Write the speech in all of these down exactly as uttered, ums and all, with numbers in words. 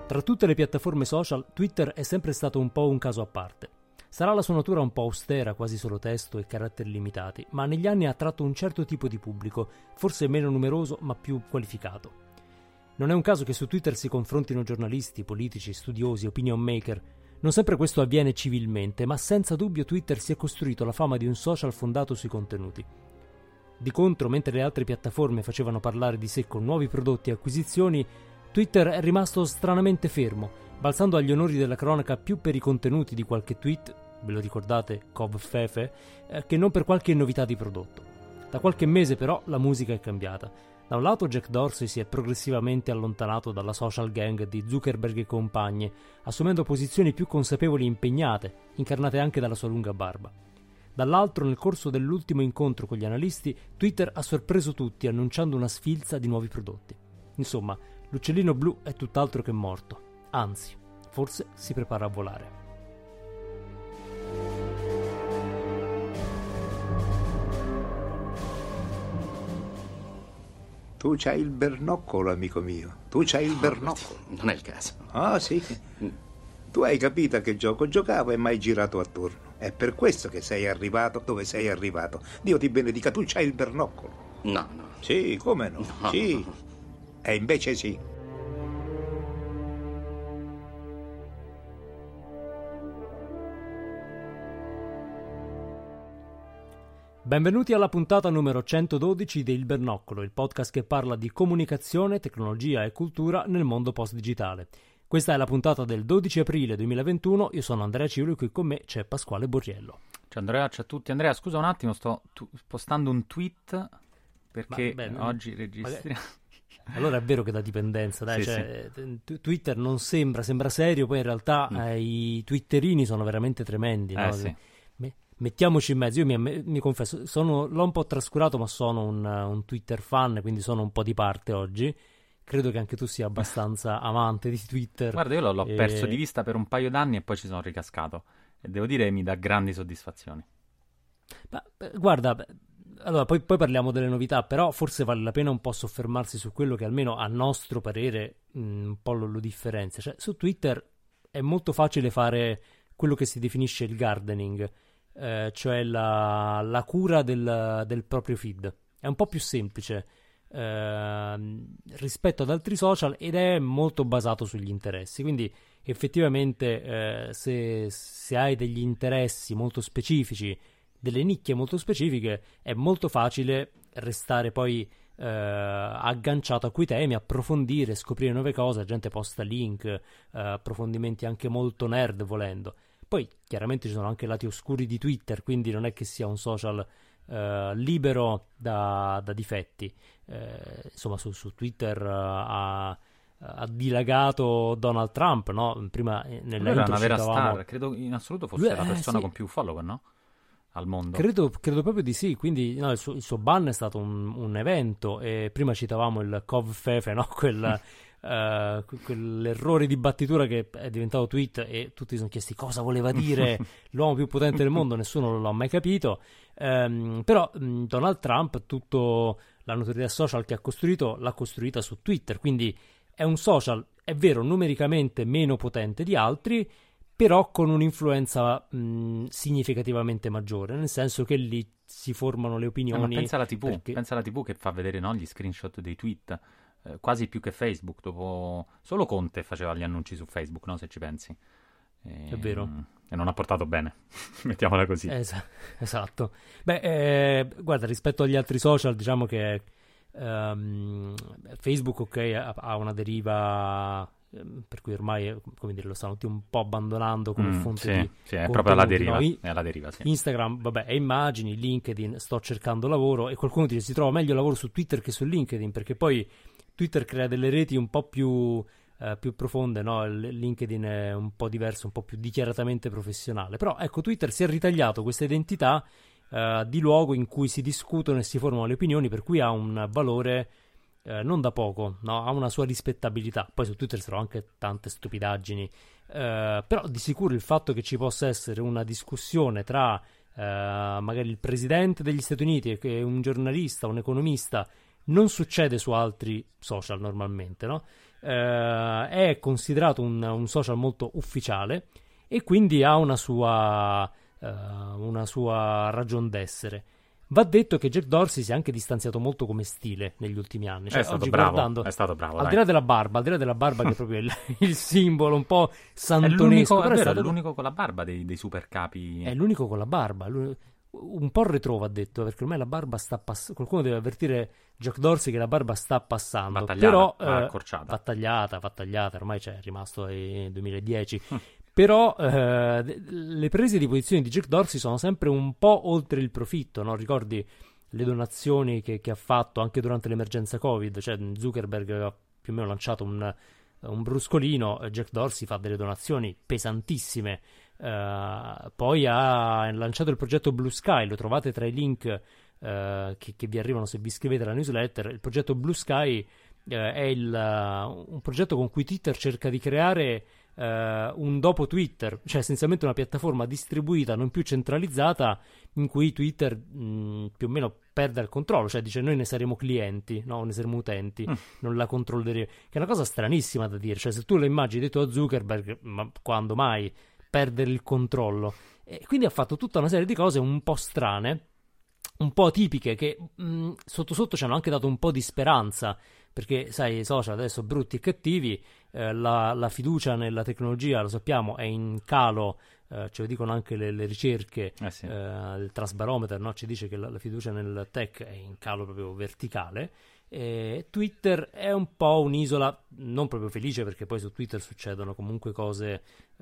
Tra tutte le piattaforme social, Twitter è sempre stato un po' un caso a parte. Sarà la sua natura un po' austera, quasi solo testo e caratteri limitati, ma negli anni ha attratto un certo tipo di pubblico, forse meno numeroso ma più qualificato. Non è un caso che su Twitter si confrontino giornalisti, politici, studiosi, opinion maker. Non sempre questo avviene civilmente, ma senza dubbio Twitter si è costruito la fama di un social fondato sui contenuti. Di contro, mentre le altre piattaforme facevano parlare di sé con nuovi prodotti e acquisizioni, Twitter è rimasto stranamente fermo, balzando agli onori della cronaca più per i contenuti di qualche tweet, ve lo ricordate, Covfefe, eh, che non per qualche novità di prodotto. Da qualche mese però la musica è cambiata. Da un lato Jack Dorsey si è progressivamente allontanato dalla social gang di Zuckerberg e compagni, assumendo posizioni più consapevoli e impegnate, incarnate anche dalla sua lunga barba. Dall'altro, nel corso dell'ultimo incontro con gli analisti, Twitter ha sorpreso tutti annunciando una sfilza di nuovi prodotti. Insomma, l'uccellino blu è tutt'altro che morto, anzi, forse si prepara a volare. Tu c'hai il bernoccolo, amico mio. Tu c'hai il bernoccolo. Non è il caso. Ah, sì. Tu hai capito a che gioco giocavo e mai girato attorno. È per questo che sei arrivato dove sei arrivato. Dio ti benedica, tu c'hai il bernoccolo. No, no. Sì, come no? No. Sì. E invece sì. Benvenuti alla puntata numero centododici di Il Bernoccolo, il podcast che parla di comunicazione, tecnologia e cultura nel mondo post-digitale. Questa è la puntata del dodici aprile duemilaventuno, io sono Andrea Civolo e qui con me c'è Pasquale Borriello. Ciao Andrea, ciao a tutti. Andrea, scusa un attimo, sto tu- postando un tweet perché Ma, beh, oggi registriamo... Allora è vero che da dipendenza, dai, sì, cioè, sì. Twitter non sembra, sembra serio, poi in realtà mm. eh, i twitterini sono veramente tremendi, eh, no? Sì. Mettiamoci in mezzo, io mi, mi confesso, sono, l'ho un po' trascurato, ma sono un, un Twitter fan, quindi sono un po' di parte oggi. Credo che anche tu sia abbastanza amante di Twitter. Guarda, io l'ho, l'ho e... perso di vista per un paio d'anni e poi ci sono ricascato. E devo dire mi dà grandi soddisfazioni. Ma, guarda, allora poi, poi parliamo delle novità, però forse vale la pena un po' soffermarsi su quello che almeno a nostro parere mh, un po' lo, lo differenzia. Cioè, su Twitter è molto facile fare quello che si definisce il gardening, eh, cioè la, la cura del, del proprio feed. È un po' più semplice eh, rispetto ad altri social ed è molto basato sugli interessi, quindi effettivamente eh, se, se hai degli interessi molto specifici, delle nicchie molto specifiche, è molto facile restare poi eh, agganciato a quei temi, approfondire, scoprire nuove cose, la gente posta link, eh, approfondimenti anche molto nerd volendo. Poi chiaramente ci sono anche lati oscuri di Twitter, quindi non è che sia un social eh, libero da, da difetti. Eh, insomma su, su Twitter uh, ha, ha dilagato Donald Trump, no? Prima nella Lui era una vera citavamo... star, credo in assoluto fosse Lui, la eh, persona sì. con più follower, no? Al mondo. Credo, credo proprio di sì, quindi no, il, suo, il suo ban è stato un, un evento e prima citavamo il Covfefe, no? Quel, uh, quell'errore di battitura che è diventato tweet e tutti si sono chiesti cosa voleva dire l'uomo più potente del mondo, nessuno l'ha mai capito, um, però um, Donald Trump, tutta la notorietà social che ha costruito l'ha costruita su Twitter, quindi è un social, è vero, numericamente meno potente di altri, però con un'influenza mh, significativamente maggiore, nel senso che lì si formano le opinioni. Eh, ma pensa alla tivù, perché... pensa alla tivù che fa vedere, no, gli screenshot dei tweet, eh, quasi più che Facebook. Dopo solo Conte faceva gli annunci su Facebook, no, se ci pensi. E... È vero. E non ha portato bene, mettiamola così. Es- esatto. Beh, eh, guarda, rispetto agli altri social, diciamo che um, Facebook, ok, ha, ha una deriva... per cui ormai, come dire, lo stanno tutti un po' abbandonando come mm, fonte sì, di sì, è proprio alla deriva, no? I- è alla deriva sì. Instagram, vabbè, è immagini, LinkedIn, sto cercando lavoro, e qualcuno ti dice si trova meglio lavoro su Twitter che su LinkedIn, perché poi Twitter crea delle reti un po' più, eh, più profonde, no? Il LinkedIn è un po' diverso, un po' più dichiaratamente professionale, però ecco, Twitter si è ritagliato questa identità eh, di luogo in cui si discutono e si formano le opinioni, per cui ha un valore Eh, non da poco, no? Ha una sua rispettabilità. Poi su Twitter sono anche tante stupidaggini, eh, però di sicuro il fatto che ci possa essere una discussione tra eh, magari il presidente degli Stati Uniti e un giornalista, un economista, non succede su altri social normalmente, no? eh, è considerato un, un social molto ufficiale e quindi ha una sua, eh, una sua ragion d'essere. Va detto che Jack Dorsey si è anche distanziato molto come stile negli ultimi anni. Cioè, è stato oggi bravo, guardando, è stato bravo. Al dai. di là della barba, al di là della barba che è proprio il, il simbolo un po' È santonesco. l'unico, però è è, vero, stato... è l'unico con la barba dei, dei supercapi. è l'unico con la barba. L'unico... Un po' retro va detto, perché ormai la barba sta passando. Qualcuno deve avvertire Jack Dorsey che la barba sta passando. Va tagliata, però, va eh, accorciata. Va tagliata, va tagliata, ormai c'è, è rimasto nel duemiladieci. Però eh, le prese di posizione di Jack Dorsey sono sempre un po' oltre il profitto, no? Ricordi le donazioni che, che ha fatto anche durante l'emergenza Covid, cioè Zuckerberg ha più o meno lanciato un, un bruscolino, Jack Dorsey fa delle donazioni pesantissime, uh, poi ha lanciato il progetto Blue Sky, lo trovate tra i link uh, che, che vi arrivano se vi iscrivete alla newsletter. Il progetto Blue Sky uh, è il, uh, un progetto con cui Twitter cerca di creare Uh, un dopo Twitter, cioè essenzialmente una piattaforma distribuita, non più centralizzata, in cui Twitter mh, più o meno perde il controllo, cioè dice noi ne saremo clienti, no? Ne saremo utenti, mm. non la controlleremo, che è una cosa stranissima da dire, cioè se tu lo immagini detto a Zuckerberg, ma quando mai perdere il controllo? E quindi ha fatto tutta una serie di cose un po' strane, un po' atipiche, che mh, sotto sotto ci hanno anche dato un po' di speranza, perché sai, i social adesso brutti e cattivi, eh, la, la fiducia nella tecnologia, lo sappiamo, è in calo, eh, ce lo dicono anche le, le ricerche, eh sì. eh, il Trustbarometer, no? Ci dice che la, la fiducia nel tech è in calo proprio verticale. E Twitter è un po' un'isola non proprio felice, perché poi su Twitter succedono comunque cose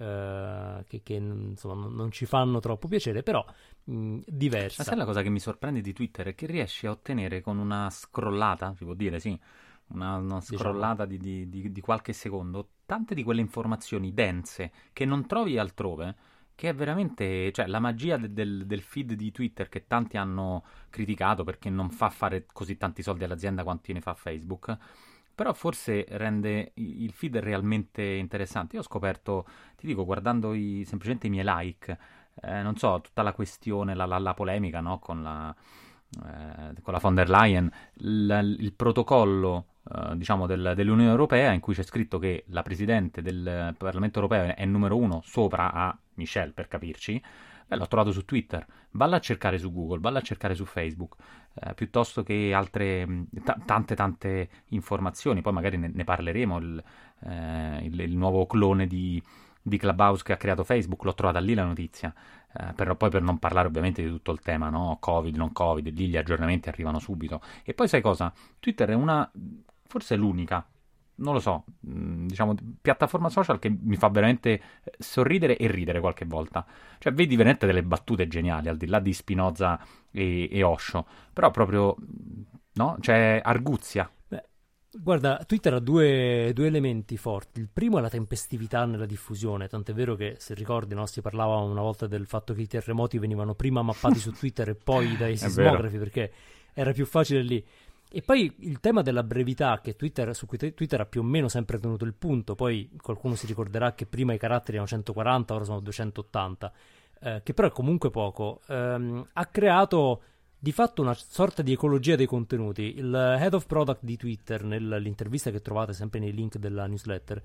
eh, che, che insomma non, non ci fanno troppo piacere, però mh, diversa. Ma sai la cosa che mi sorprende di Twitter è che riesci a ottenere con una scrollata, si può dire, sì, una, una scrollata diciamo. di, di, di qualche secondo, tante di quelle informazioni dense che non trovi altrove, che è veramente, cioè la magia de, del, del feed di Twitter che tanti hanno criticato perché non fa fare così tanti soldi all'azienda quanti ne fa Facebook, però forse rende il feed realmente interessante. Io ho scoperto, ti dico, guardando i, semplicemente i miei like, eh, non so, tutta la questione, la, la, la polemica, no, con la, eh, con la von der Leyen, la, il protocollo Uh, diciamo del, dell'Unione Europea, in cui c'è scritto che la Presidente del Parlamento Europeo è numero uno sopra a Michelle, per capirci. Beh, l'ho trovato su Twitter, valla a cercare su Google, valla a cercare su Facebook, uh, piuttosto che altre t- tante tante informazioni. Poi magari ne, ne parleremo, il, uh, il, il nuovo clone di, di Clubhouse che ha creato Facebook, l'ho trovata lì la notizia. Uh, però poi per non parlare ovviamente di tutto il tema, no? Covid, non Covid, lì gli aggiornamenti arrivano subito. E poi sai cosa? Twitter è una... forse è l'unica, non lo so, mh, diciamo, piattaforma social che mi fa veramente sorridere e ridere qualche volta. Cioè, vedi veramente delle battute geniali, al di là di Spinoza e, e Osho, però proprio, no? C'è arguzia. Beh, guarda, Twitter ha due, due elementi forti. Il primo è la tempestività nella diffusione, tant'è vero che, se ricordi, no, si parlava una volta del fatto che i terremoti venivano prima mappati su Twitter e poi dai sismografi, perché era più facile lì. E poi il tema della brevità, che Twitter, su cui Twitter ha più o meno sempre tenuto il punto, poi qualcuno si ricorderà che prima i caratteri erano centoquaranta, ora sono duecentottanta, eh, che però è comunque poco, ehm, ha creato di fatto una sorta di ecologia dei contenuti. Il head of product di Twitter, nell'intervista che trovate sempre nei link della newsletter,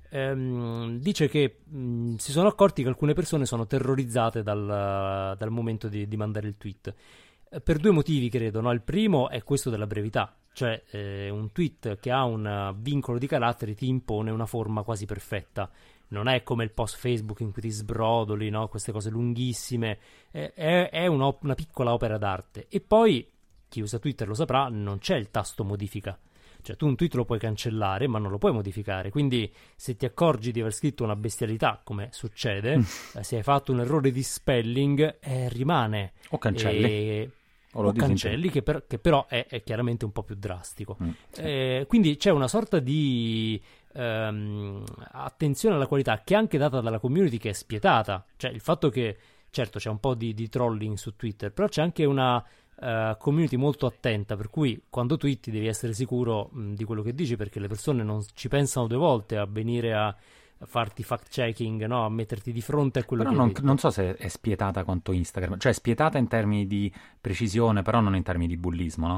ehm, dice che mh, si sono accorti che alcune persone sono terrorizzate dal, dal momento di, di mandare il tweet. Per due motivi, credo, no? Il primo è questo della brevità, cioè eh, un tweet che ha un vincolo di caratteri ti impone una forma quasi perfetta. Non è come il post Facebook in cui ti sbrodoli, no? Queste cose lunghissime, eh, è, è una, una piccola opera d'arte. E poi, chi usa Twitter lo saprà, non c'è il tasto modifica. Cioè tu un tweet lo puoi cancellare, ma non lo puoi modificare. Quindi se ti accorgi di aver scritto una bestialità, come succede, eh, se hai fatto un errore di spelling, eh, rimane. O cancelli. E... o, o cancelli, che, per, che però è, è chiaramente un po' più drastico. Mm, sì. eh, quindi c'è una sorta di ehm, attenzione alla qualità che è anche data dalla community, che è spietata. Cioè il fatto che, certo, c'è un po' di, di trolling su Twitter, però c'è anche una uh, community molto attenta, per cui quando twitti devi essere sicuro mh, di quello che dici, perché le persone non ci pensano due volte a venire a farti fact checking, no? A metterti di fronte a quello però che non, vedi. Non so se è spietata quanto Instagram, cioè è spietata in termini di precisione, però non in termini di bullismo, no?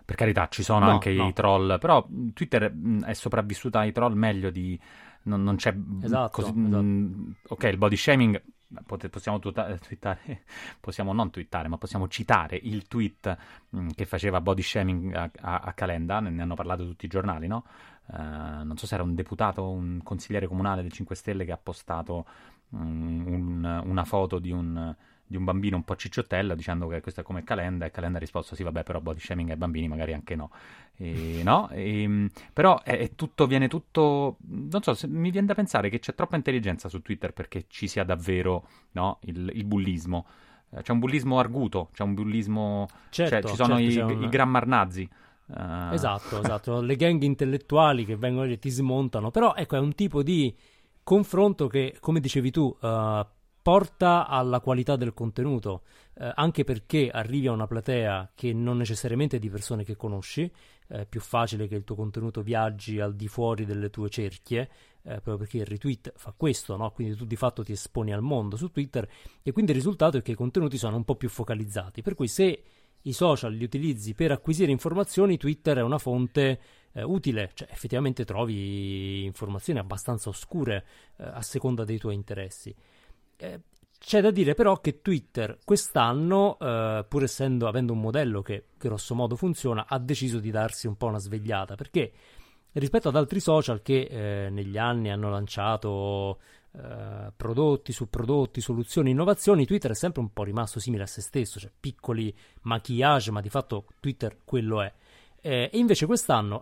Per carità, ci sono no, anche no. i troll, però Twitter mh, è sopravvissuta ai troll meglio di... Non, non c'è... Esatto, così, esatto. mh, ok, il body shaming, pot- possiamo tuta- twittare, possiamo non twittare, ma possiamo citare il tweet mh, che faceva body shaming a, a, a Calenda, ne hanno parlato tutti i giornali, no? Uh, non so se era un deputato, un consigliere comunale del cinque Stelle che ha postato um, un, una foto di un... di un bambino un po' cicciottello dicendo che questo è come Calenda, e Calenda ha risposto sì vabbè, però body shaming ai bambini magari anche no, e, no? E, però è, è tutto, viene tutto, non so, se, mi viene da pensare che c'è troppa intelligenza su Twitter perché ci sia davvero, no, il, il bullismo, c'è un bullismo arguto, c'è un bullismo, Certo, cioè, ci sono certo, i, c'è un... i grammar nazi. Uh... Esatto, esatto, le gang intellettuali che vengono e ti smontano, però ecco è un tipo di confronto che, come dicevi tu, uh, porta alla qualità del contenuto, eh, anche perché arrivi a una platea che non necessariamente è di persone che conosci, è eh, più facile che il tuo contenuto viaggi al di fuori delle tue cerchie, eh, proprio perché il retweet fa questo, no? Quindi tu di fatto ti esponi al mondo su Twitter e quindi il risultato è che i contenuti sono un po' più focalizzati, per cui se i social li utilizzi per acquisire informazioni, Twitter è una fonte eh, utile, cioè effettivamente trovi informazioni abbastanza oscure eh, a seconda dei tuoi interessi. Eh, c'è da dire però che Twitter quest'anno, eh, pur essendo avendo un modello che grosso modo funziona, ha deciso di darsi un po' una svegliata, perché rispetto ad altri social che eh, negli anni hanno lanciato eh, prodotti su prodotti, soluzioni, innovazioni, Twitter è sempre un po' rimasto simile a se stesso, cioè piccoli maquillage, ma di fatto Twitter quello è. Eh, e invece quest'anno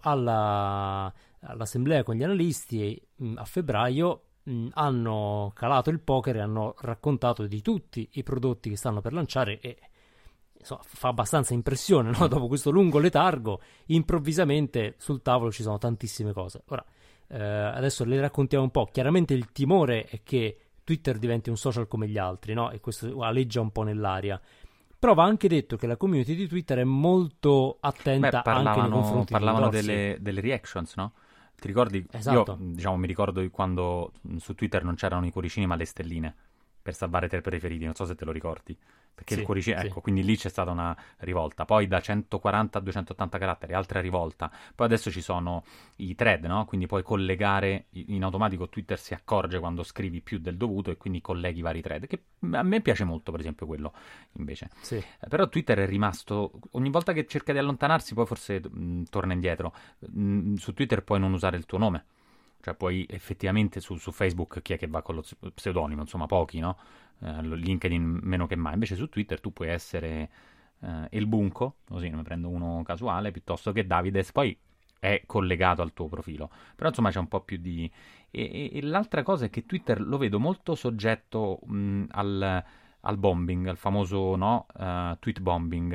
alla, all'assemblea con gli analisti mh, a febbraio mh, hanno calato il poker e hanno raccontato di tutti i prodotti che stanno per lanciare e insomma, fa abbastanza impressione, no? Dopo questo lungo letargo improvvisamente sul tavolo ci sono tantissime cose. Ora eh, adesso le raccontiamo un po'. Chiaramente il timore è che Twitter diventi un social come gli altri, no? E questo aleggia un po' nell'aria. Però va anche detto che la community di Twitter è molto attenta. Beh, parlavano, anche nei confronti parlavano di delle, delle reactions, no? Ti ricordi? Esatto. Io, diciamo, mi ricordo di quando su Twitter non c'erano i cuoricini ma le stelline per salvare te preferiti, non so se te lo ricordi. Perché sì, il cuoricino, sì. ecco, quindi lì c'è stata una rivolta. Poi da centoquaranta a duecentottanta caratteri, altra rivolta. Poi adesso ci sono i thread, no? Quindi puoi collegare in automatico. Twitter si accorge quando scrivi più del dovuto e quindi colleghi i vari thread. Che a me piace molto, per esempio, quello invece. Sì. Eh, però Twitter è rimasto. Ogni volta che cerca di allontanarsi, poi forse mh, torna indietro. Mh, su Twitter puoi non usare il tuo nome. Cioè poi effettivamente su, su Facebook chi è che va con lo pseudonimo? Insomma, pochi, no? Uh, LinkedIn meno che mai. Invece su Twitter tu puoi essere uh, El Bunco, così ne prendo uno casuale, piuttosto che Davides, poi è collegato al tuo profilo. Però insomma c'è un po' più di... E, e, e l'altra cosa è che Twitter lo vedo molto soggetto mh, al, al bombing, al famoso no, uh, tweet bombing.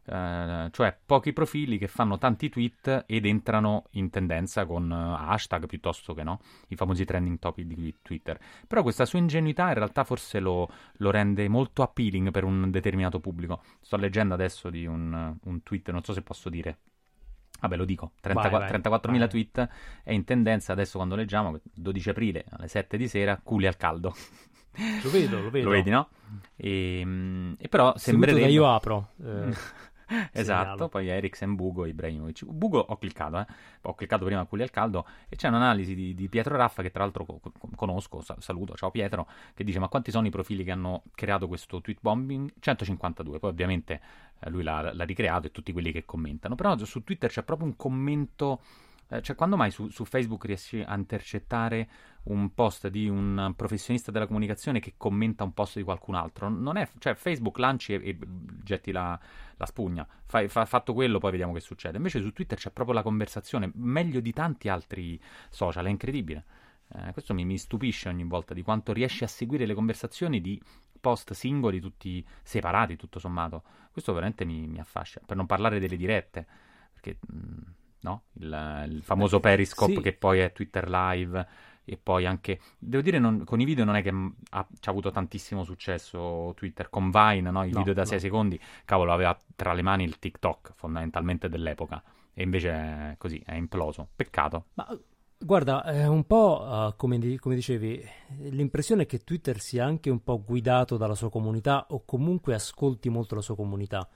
Uh, cioè pochi profili che fanno tanti tweet ed entrano in tendenza con uh, hashtag piuttosto che no, i famosi trending topic di Twitter. Però questa sua ingenuità in realtà forse lo, lo rende molto appealing per un determinato pubblico. Sto leggendo adesso di un, un tweet, non so se posso dire. Vabbè, lo dico, trentaquattromila tweet, è in tendenza adesso quando leggiamo, dodici aprile alle sette di sera, culi al caldo. Lo vedo, lo vedo. Lo vedi, no? E, e però sembrerebbe... Io apro. Eh. Esatto, poi Eriksen, Bugo, Ibrahimovic. Bugo ho cliccato, eh. Ho cliccato prima quelli al caldo e c'è un'analisi di, di Pietro Raffa che tra l'altro co- conosco, saluto, ciao Pietro, che dice ma quanti sono i profili che hanno creato questo tweet bombing? centocinquantadue, poi ovviamente eh, lui l'ha, l'ha ricreato e tutti quelli che commentano, però su Twitter c'è proprio un commento, eh, cioè quando mai su, su Facebook riesci a intercettare un post di un professionista della comunicazione che commenta un post di qualcun altro? Non è, cioè Facebook lanci e, e getti la, la spugna, fai, fa, fatto quello poi vediamo che succede. Invece su Twitter c'è proprio la conversazione, meglio di tanti altri social, è incredibile. Eh, questo mi, mi stupisce ogni volta di quanto riesci a seguire le conversazioni di post singoli, tutti separati tutto sommato. Questo veramente mi, mi affascina, per non parlare delle dirette, perché mh, no? il, il famoso Periscope sì. Che poi è Twitter Live. E poi anche, devo dire, non, con i video non è che ha, ci ha avuto tantissimo successo Twitter, con Vine, no? I no, video da no. sei secondi, cavolo, aveva tra le mani il TikTok fondamentalmente dell'epoca, e invece è così, è imploso, peccato. Ma guarda, è un po' uh, come, di, come dicevi, l'impressione è che Twitter sia anche un po' guidato dalla sua comunità o comunque ascolti molto la sua comunità.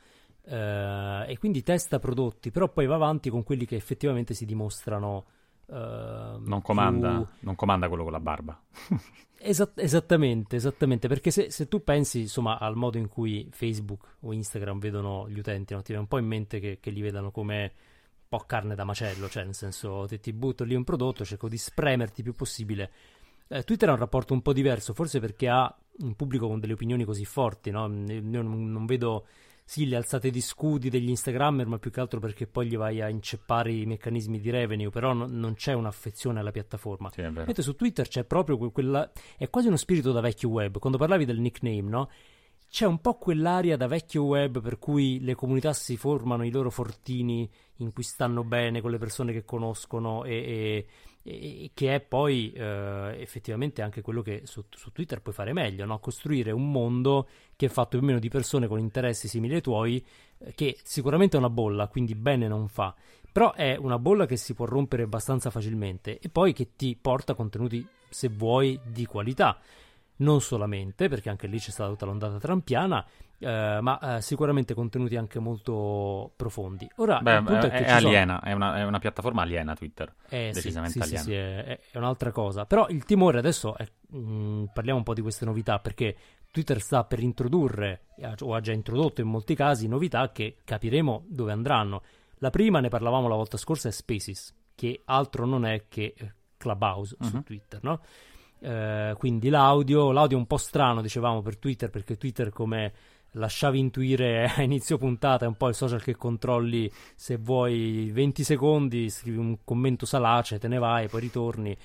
eh, e quindi testa prodotti, però poi va avanti con quelli che effettivamente si dimostrano eh, non comanda, più... non comanda quello con la barba. Esat- esattamente, esattamente, perché se, se tu pensi insomma al modo in cui Facebook o Instagram vedono gli utenti, no? Ti viene un po' in mente che, che li vedano come un po' carne da macello, cioè nel senso ti, ti butto lì un prodotto, cerco di spremerti il più possibile. eh, Twitter ha un rapporto un po' diverso, forse perché ha un pubblico con delle opinioni così forti, no? Io non, non vedo sì le alzate di scudi degli Instagrammer, ma più che altro perché poi gli vai a inceppare i meccanismi di revenue, però no, non c'è un'affezione alla piattaforma. Sì, è vero. Mentre su Twitter c'è proprio que- quella, è quasi uno spirito da vecchio web. Quando parlavi del nickname, no? C'è un po' quell'aria da vecchio web per cui le comunità si formano i loro fortini in cui stanno bene con le persone che conoscono e, e, e che è poi eh, effettivamente anche quello che su, su Twitter puoi fare meglio, no? Costruire un mondo che è fatto più o meno di persone con interessi simili ai tuoi, eh, che sicuramente è una bolla, quindi bene non fa, però è una bolla che si può rompere abbastanza facilmente e poi che ti porta contenuti, se vuoi, di qualità. Non solamente, perché anche lì c'è stata tutta l'ondata trampiana, eh, ma eh, sicuramente contenuti anche molto profondi. Ora, Beh, il punto è, è che è ci aliena, sono... è, una, è una piattaforma aliena Twitter, eh, decisamente sì, sì, aliena. sì, sì, è, è un'altra cosa. Però il timore adesso è, mh, parliamo un po' di queste novità, perché Twitter sta per introdurre, o ha già introdotto in molti casi, novità che capiremo dove andranno. La prima, ne parlavamo la volta scorsa, è Spaces, che altro non è che Clubhouse uh-huh. su Twitter, no? Eh, quindi l'audio, l'audio è un po' strano, dicevamo, per Twitter, perché Twitter, come lasciavi intuire a inizio puntata, è un po' il social che controlli, se vuoi venti secondi, scrivi un commento salace, te ne vai, poi ritorni,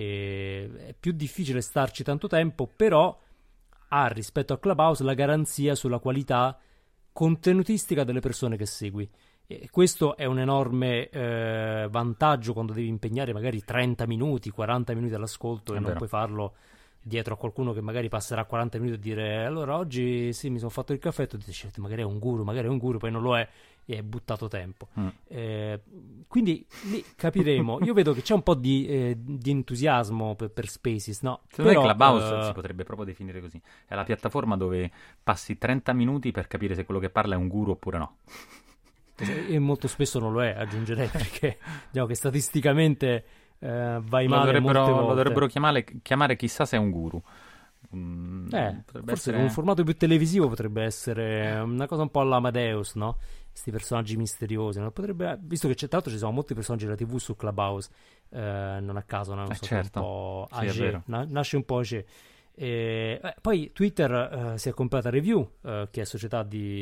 e è più difficile starci tanto tempo, però ha rispetto a Clubhouse la garanzia sulla qualità contenutistica delle persone che segui. E questo è un enorme eh, vantaggio quando devi impegnare magari trenta minuti, quaranta minuti all'ascolto, è e vero. Non puoi farlo dietro a qualcuno che magari passerà quaranta minuti a dire allora oggi sì mi sono fatto il caffè, e tu dici magari è un guru, magari è un guru, poi non lo è e è buttato tempo. Mm. Eh, quindi lì capiremo. Io vedo che c'è un po' di, eh, di entusiasmo per, per Spaces, no? Secondo me Clubhouse uh... si potrebbe proprio definire così. È la piattaforma dove passi trenta minuti per capire se quello che parla è un guru oppure no. E molto spesso non lo è, aggiungerei, perché diciamo che statisticamente eh, vai male lo molte volte. Lo dovrebbero chiamare, chiamare chissà se è un guru. Mm, eh, forse essere... con un formato più televisivo potrebbe essere una cosa un po' all'Amadeus, no? Questi personaggi misteriosi, no? Potrebbe, visto che c'è, tra l'altro ci sono molti personaggi della tivù su Clubhouse, eh, non a caso, no? Non eh so, certo. un po' Sì, age, na- nasce un po' age. E, eh, poi Twitter eh, si è comprata Review, eh, che è società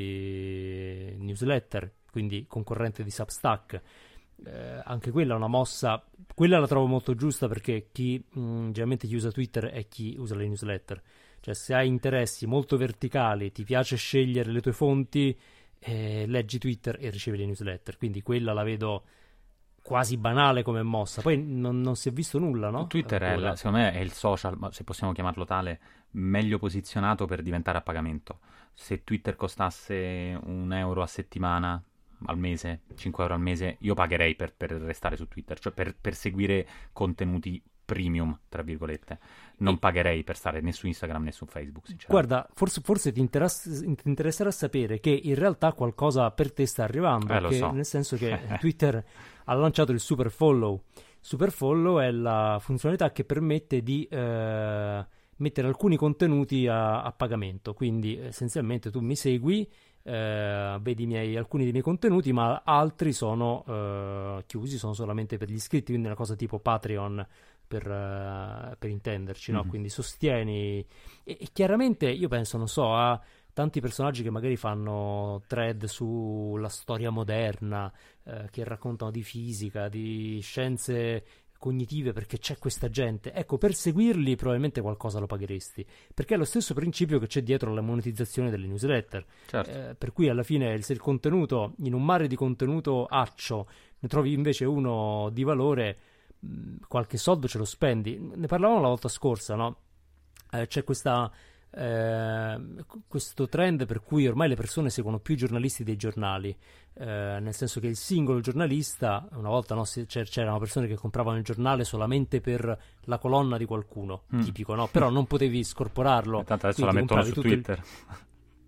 di newsletter, quindi concorrente di Substack. Eh, anche quella è una mossa, quella la trovo molto giusta, perché chi mh, generalmente chi usa Twitter è chi usa le newsletter. Cioè, se hai interessi molto verticali, ti piace scegliere le tue fonti, eh, leggi Twitter e ricevi le newsletter. Quindi quella la vedo quasi banale come mossa. Poi non, non si è visto nulla, no? Twitter è la, secondo me è il social, se possiamo chiamarlo tale, meglio posizionato per diventare a pagamento. Se Twitter costasse un euro a settimana, al mese, cinque euro al mese, io pagherei per, per restare su Twitter, cioè per, per seguire contenuti premium, tra virgolette. Non e... pagherei per stare né su Instagram né su Facebook, sinceramente. Guarda, forse, forse ti, interess- ti interesserà sapere che in realtà qualcosa per te sta arrivando, eh, lo che, so. nel senso che Twitter ha lanciato il Super Follow. Super Follow è la funzionalità che permette di eh, mettere alcuni contenuti a, a pagamento, quindi essenzialmente tu mi segui, eh, vedi i miei, alcuni dei miei contenuti, ma altri sono eh, chiusi, sono solamente per gli iscritti, quindi è una cosa tipo Patreon per, uh, per intenderci, no? Mm-hmm. Quindi sostieni e, e chiaramente io penso, non so, a tanti personaggi che magari fanno thread sulla storia moderna, eh, che raccontano di fisica, di scienze cognitive, perché c'è questa gente. Ecco, per seguirli probabilmente qualcosa lo pagheresti, perché è lo stesso principio che c'è dietro alla monetizzazione delle newsletter. Certo. Eh, per cui alla fine, se il contenuto, in un mare di contenuto accio, ne trovi invece uno di valore, mh, qualche soldo ce lo spendi. Ne parlavamo la volta scorsa, no? Eh, c'è questa eh, questo trend per cui ormai le persone seguono più i giornalisti dei giornali, eh, nel senso che il singolo giornalista, una volta no, c'erano persone che compravano il giornale solamente per la colonna di qualcuno, mm. tipico, no? Però non potevi scorporarlo, e tanto adesso la mettono su Twitter. Il...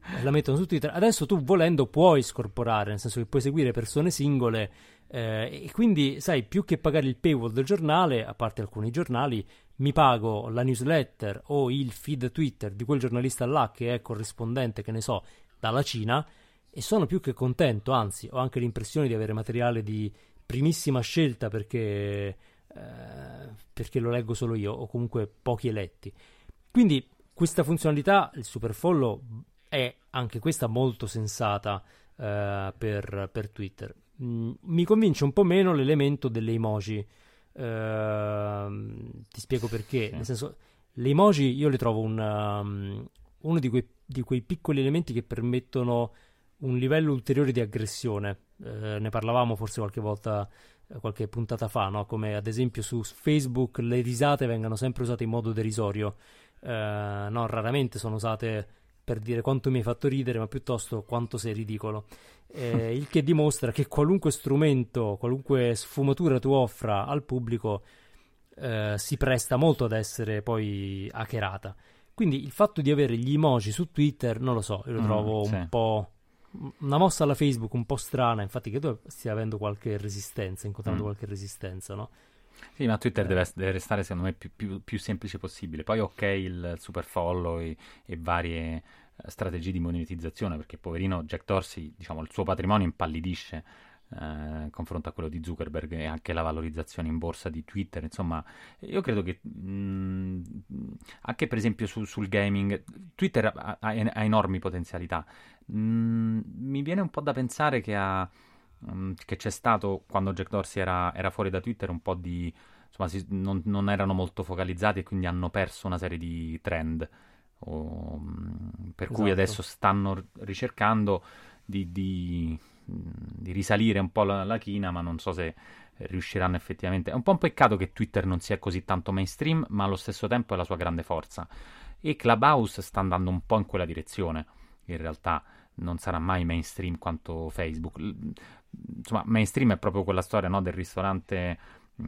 la mettono su Twitter. Adesso tu volendo puoi scorporare, nel senso che puoi seguire persone singole, eh, e quindi sai, più che pagare il paywall del giornale, a parte alcuni giornali, mi pago la newsletter o il feed Twitter di quel giornalista là che è corrispondente, che ne so, dalla Cina, e sono più che contento, anzi ho anche l'impressione di avere materiale di primissima scelta perché, eh, perché lo leggo solo io o comunque pochi eletti. Quindi questa funzionalità, il superfollow, è anche questa molto sensata eh, per, per Twitter. Mm, mi convince un po' meno l'elemento delle emoji. Uh, ti spiego perché. Sì. Nel senso, le emoji io le trovo un, um, uno di quei, di quei piccoli elementi che permettono un livello ulteriore di aggressione. Uh, ne parlavamo forse qualche volta, qualche puntata fa, no? Come ad esempio su Facebook le risate vengano sempre usate in modo derisorio. Uh, no, raramente sono usate per dire quanto mi hai fatto ridere, ma piuttosto quanto sei ridicolo. Eh, il che dimostra che qualunque strumento, qualunque sfumatura tu offra al pubblico eh, si presta molto ad essere poi hackerata. Quindi il fatto di avere gli emoji su Twitter, non lo so, io lo trovo mm, sì. un po' una mossa alla Facebook un po' strana. Infatti che tu stia avendo qualche resistenza, incontrando mm. qualche resistenza, no? Sì, ma Twitter eh. deve, deve restare secondo me più, più, più semplice possibile. Poi ok il super follow e, e varie strategie di monetizzazione, perché poverino Jack Dorsey, diciamo, il suo patrimonio impallidisce eh, confronto a quello di Zuckerberg, e anche la valorizzazione in borsa di Twitter. Insomma, io credo che mh, anche per esempio su, sul gaming Twitter ha, ha, ha enormi potenzialità. Mh, mi viene un po' da pensare che ha um, che c'è stato, quando Jack Dorsey era, era fuori da Twitter, un po' di insomma si, non, non erano molto focalizzati e quindi hanno perso una serie di trend. O, per esatto. cui adesso stanno ricercando di, di, di risalire un po' la, la china, ma non so se riusciranno effettivamente. È un po' un peccato che Twitter non sia così tanto mainstream, ma allo stesso tempo è la sua grande forza, e Clubhouse sta andando un po' in quella direzione. In realtà non sarà mai mainstream quanto Facebook. Insomma, mainstream è proprio quella storia, no, del ristorante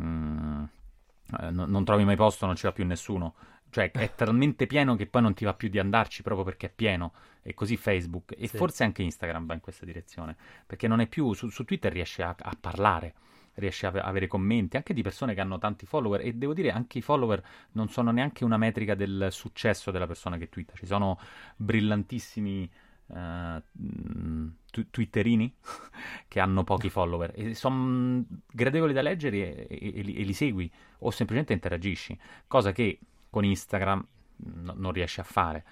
mh, eh, non, non trovi mai posto, non ci va più nessuno. Cioè è talmente pieno che poi non ti va più di andarci proprio perché è pieno. E così Facebook, e sì. forse anche Instagram va in questa direzione, perché non è più su, su Twitter riesce a, a parlare, riesce a avere commenti anche di persone che hanno tanti follower, e devo dire anche i follower non sono neanche una metrica del successo della persona che twitta. Ci sono brillantissimi uh, tu- twitterini che hanno pochi follower e sono gradevoli da leggere, e, e, e, li, e li segui o semplicemente interagisci, cosa che con Instagram no, non riesce a fare.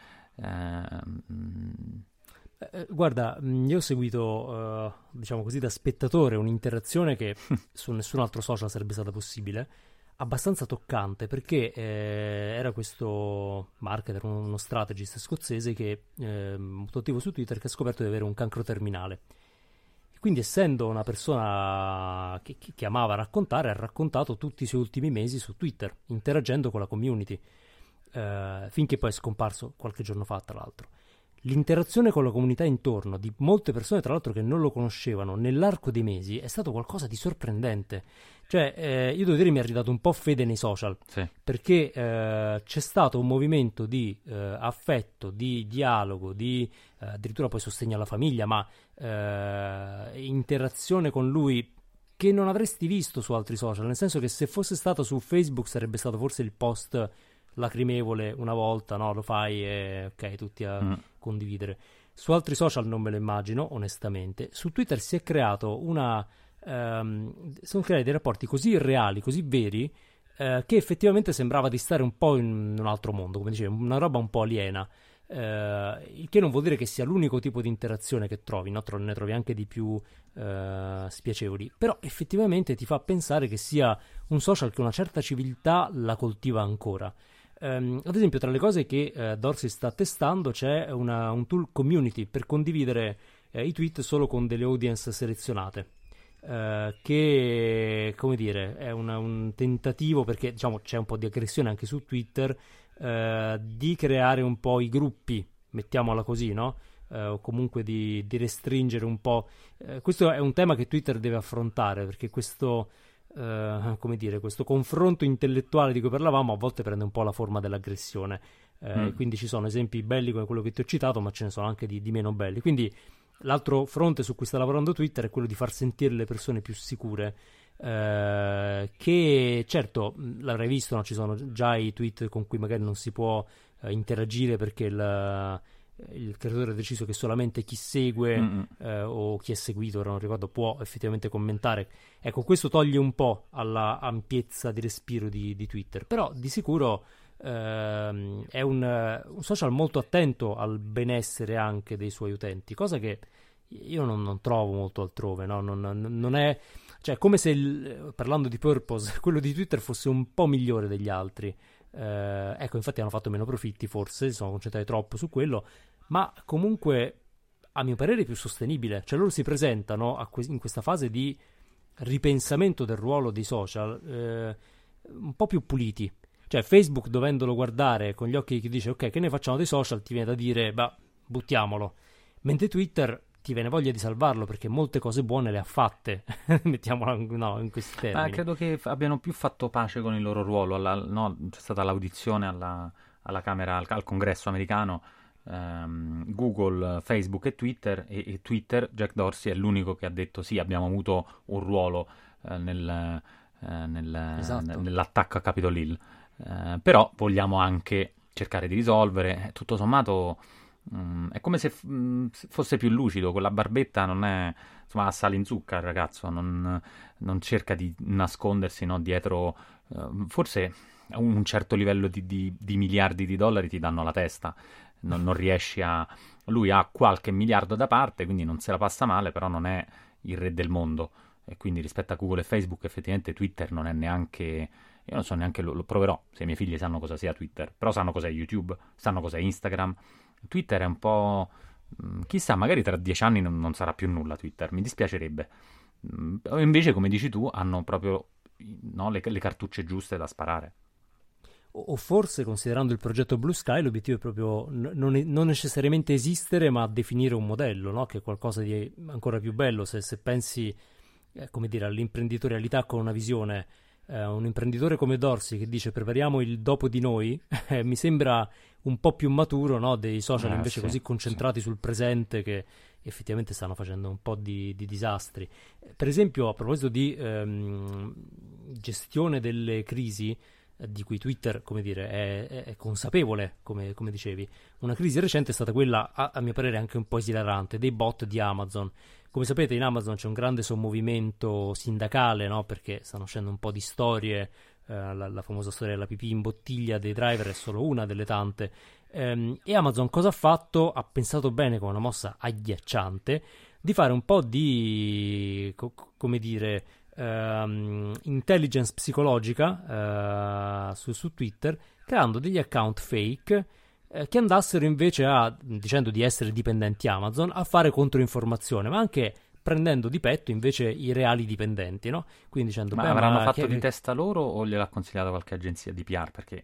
Uh, eh, guarda, io ho seguito, uh, diciamo così, da spettatore un'interazione che su nessun altro social sarebbe stata possibile, abbastanza toccante, perché eh, era questo marketer, uno strategist scozzese che eh, molto attivo su Twitter, che ha scoperto di avere un cancro terminale. Quindi, essendo una persona che, che, che amava raccontare, ha raccontato tutti i suoi ultimi mesi su Twitter, interagendo con la community, eh, finché poi è scomparso qualche giorno fa, tra l'altro. L'interazione con la comunità intorno, di molte persone, tra l'altro, che non lo conoscevano, nell'arco dei mesi, è stato qualcosa di sorprendente. Cioè, eh, io devo dire, mi ha ridato un po' fede nei social, sì. perché eh, c'è stato un movimento di eh, affetto, di dialogo, di eh, addirittura poi sostegno alla famiglia, ma eh, interazione con lui che non avresti visto su altri social, nel senso che se fosse stato su Facebook sarebbe stato forse il post lacrimevole una volta, no? Lo fai e ok, tutti a mm. condividere. Su altri social non me lo immagino, onestamente. Su Twitter si è creato una... Um, sono creati dei rapporti così irreali, così veri, uh, che effettivamente sembrava di stare un po' in un altro mondo, come dicevo, una roba un po' aliena, uh, il che non vuol dire che sia l'unico tipo di interazione che trovi, no? Ne trovi anche di più uh, spiacevoli, però effettivamente ti fa pensare che sia un social che una certa civiltà la coltiva ancora. Um, ad esempio, tra le cose che uh, Dorsey sta testando c'è una, un tool community per condividere uh, i tweet solo con delle audience selezionate. Uh, che, come dire, è una, un tentativo, perché diciamo c'è un po' di aggressione anche su Twitter, uh, di creare un po' i gruppi, mettiamola così, no? Uh, o comunque di, di restringere un po'. Uh, questo è un tema che Twitter deve affrontare, perché questo, uh, come dire, questo confronto intellettuale di cui parlavamo a volte prende un po' la forma dell'aggressione. Eh, Mm. Quindi ci sono esempi belli come quello che ti ho citato, ma ce ne sono anche di, di meno belli. Quindi l'altro fronte su cui sta lavorando Twitter è quello di far sentire le persone più sicure. Eh, che certo, mh, l'avrai visto, no? Ci sono già i tweet con cui magari non si può eh, interagire perché il, il creatore ha deciso che solamente chi segue Mm-mm. eh, o chi è seguito, ora non ricordo, può effettivamente commentare. Ecco, questo toglie un po' alla ampiezza di respiro di, di Twitter, però di sicuro ehm, è un, un social molto attento al benessere anche dei suoi utenti, cosa che io non, non trovo molto altrove, no? Non, non- non è, cioè, come se, il- parlando di purpose, quello di Twitter fosse un po' migliore degli altri. Eh, ecco, infatti hanno fatto meno profitti, forse, si sono concentrati troppo su quello, ma comunque, a mio parere, è più sostenibile. Cioè, loro si presentano a que- in questa fase di ripensamento del ruolo dei social eh, un po' più puliti. Cioè, Facebook, dovendolo guardare con gli occhi che dice, ok, che ne facciamo dei social, ti viene da dire, bah, buttiamolo. Mentre Twitter ti viene voglia di salvarlo perché molte cose buone le ha fatte, mettiamola in- no, in questi Ma termini. credo che f- abbiano più fatto pace con il loro ruolo. Alla- no, c'è stata l'audizione alla, alla Camera, al, al Congresso americano, ehm, Google, Facebook e Twitter, e, e Twitter, Jack Dorsey è l'unico che ha detto sì, abbiamo avuto un ruolo eh, nel, eh, nel- Esatto. nell'attacco a Capitol Hill. Eh, però vogliamo anche cercare di risolvere. Eh, Tutto sommato mm, è come se f- mm, se fosse più lucido. Quella barbetta non è, insomma, ha sale in zucca il ragazzo, non, non cerca di nascondersi, no, dietro. eh, forse un, un certo livello di, di- di miliardi di dollari ti danno la testa, non, non riesci a. Lui ha qualche miliardo da parte, quindi non se la passa male, però non è il re del mondo. E quindi rispetto a Google e Facebook, effettivamente Twitter non è neanche. Io non so neanche, lo, lo proverò se i miei figli sanno cosa sia Twitter, però sanno cos'è YouTube, sanno cos'è Instagram. Twitter è un po'. mh, Chissà, magari tra dieci anni non, non sarà più nulla Twitter, mi dispiacerebbe. Mh, o invece, come dici tu, hanno proprio, no, le, le cartucce giuste da sparare. O o forse, considerando il progetto Blue Sky, l'obiettivo è proprio n- non, e- non necessariamente esistere, ma definire un modello, no? Che è qualcosa di ancora più bello. Se, se pensi, eh, come dire, all'imprenditorialità con una visione, eh, un imprenditore come Dorsey che dice prepariamo il dopo di noi, eh, mi sembra un po' più maturo, no? Dei social Eh, invece sì, così sì. concentrati sul presente che effettivamente stanno facendo un po' di, di disastri. Eh, Per esempio, a proposito di ehm, gestione delle crisi, eh, di cui Twitter, come dire, è, è- è consapevole, come, come dicevi. Una crisi recente è stata quella, a, a mio parere anche un po' esilarante, dei bot di Amazon. Come sapete, in Amazon c'è un grande sommovimento sindacale, no? Perché stanno uscendo un po' di storie, eh, la, la famosa storia della pipì in bottiglia dei driver è solo una delle tante. Ehm, e Amazon cosa ha fatto? Ha pensato bene, con una mossa agghiacciante, di fare un po' di, co- come dire, ehm, intelligence psicologica eh, su, su Twitter, creando degli account fake eh, che andassero invece a, dicendo di essere dipendenti Amazon, a fare controinformazione, ma anche prendendo di petto invece i reali dipendenti, no? Quindi dicendo, Ma beh, avranno ma fatto che- di testa loro o gliel'ha consigliato qualche agenzia di P R? Perché